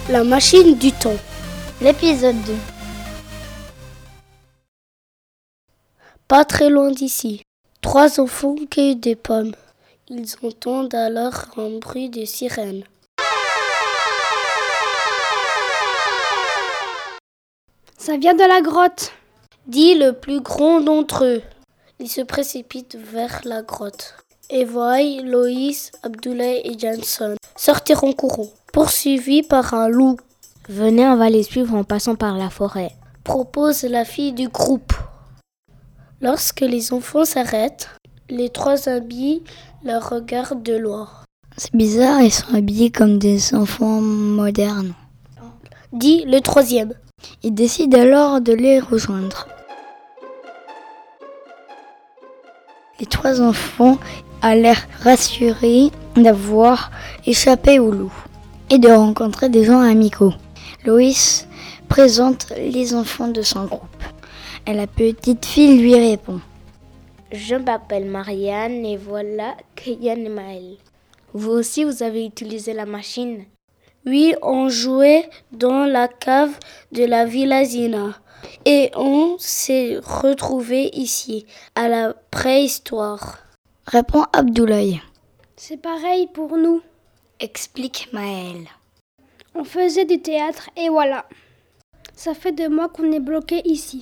La machine du temps. L'épisode 2. Pas très loin d'ici, 3 enfants cueillent des pommes. Ils entendent alors un bruit de sirène. Ça vient de la grotte, dit le plus grand d'entre eux. Ils se précipitent vers la grotte et voient Loïs, Abdoulaye et Johnson sortir en courant, poursuivis par un loup. Venez, on va les suivre en passant par la forêt, propose la fille du groupe. Lorsque les enfants s'arrêtent, les 3 habillés leur regardent de loin. C'est bizarre, ils sont habillés comme des enfants modernes, dit le 3e. Ils décident alors de les rejoindre. Les 3 enfants ont l'air rassurés d'avoir échappé au loup et de rencontrer des gens amicaux. Loïs présente les enfants de son groupe et la petite fille lui répond. Je m'appelle Marianne et voilà Kayan et Maël. Vous aussi, vous avez utilisé la machine? Oui, on jouait dans la cave de la Villa Zina et on s'est retrouvés ici, à la préhistoire. Répond Abdoulaye. C'est pareil pour nous, explique Maël. On faisait du théâtre et voilà. Ça fait 2 mois qu'on est bloqué ici.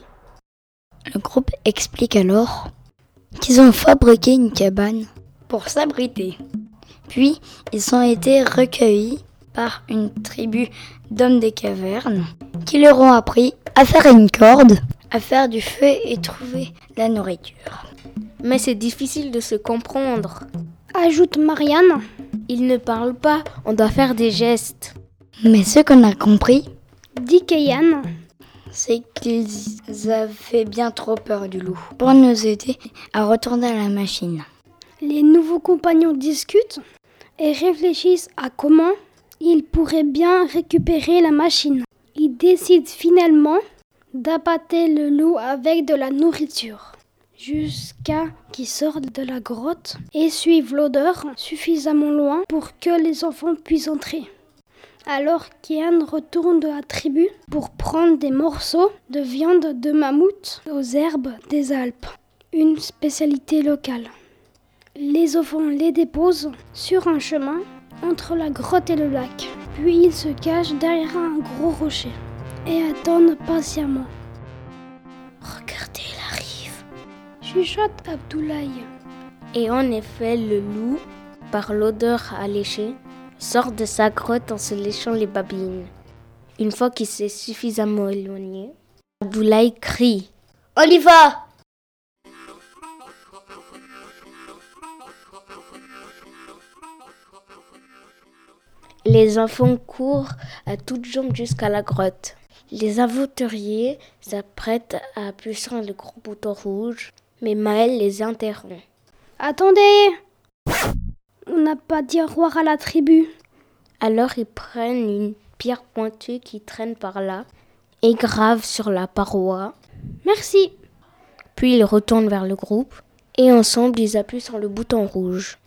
Le groupe explique alors qu'ils ont fabriqué une cabane pour s'abriter. Puis, ils ont été recueillis par une tribu d'hommes des cavernes qui leur ont appris à faire une corde, à faire du feu et trouver la nourriture. Mais c'est difficile de se comprendre, ajoute Marianne. Ils ne parlent pas, on doit faire des gestes. Mais ce qu'on a compris, dit Kayan, c'est qu'ils avaient bien trop peur du loup pour nous aider à retourner à la machine. Les nouveaux compagnons discutent et réfléchissent à comment ils pourraient bien récupérer la machine. Ils décident finalement d'abattre le loup avec de la nourriture jusqu'à qu'il sorte de la grotte et suive l'odeur suffisamment loin pour que les enfants puissent entrer. Alors Kian retourne de la tribu pour prendre des morceaux de viande de mammouth aux herbes des Alpes, une spécialité locale. Les enfants les déposent sur un chemin entre la grotte et le lac, puis ils se cachent derrière un gros rocher et attendent patiemment. Regardez, il arrive, chuchote Abdoulaye. Et en effet, le loup, par l'odeur alléchée, sort de sa grotte en se léchant les babines. Une fois qu'il s'est suffisamment éloigné, Abdoulaye crie « On y va !» Les enfants courent à toutes jambes jusqu'à la grotte. Les aventuriers s'apprêtent à appuyer sur le gros bouton rouge, mais Maël les interrompt. « Attendez ! On n'a pas dit au revoir à la tribu. » Alors ils prennent une pierre pointue qui traîne par là et gravent sur la paroi. « Merci !» Puis ils retournent vers le groupe et ensemble ils appuient sur le bouton rouge.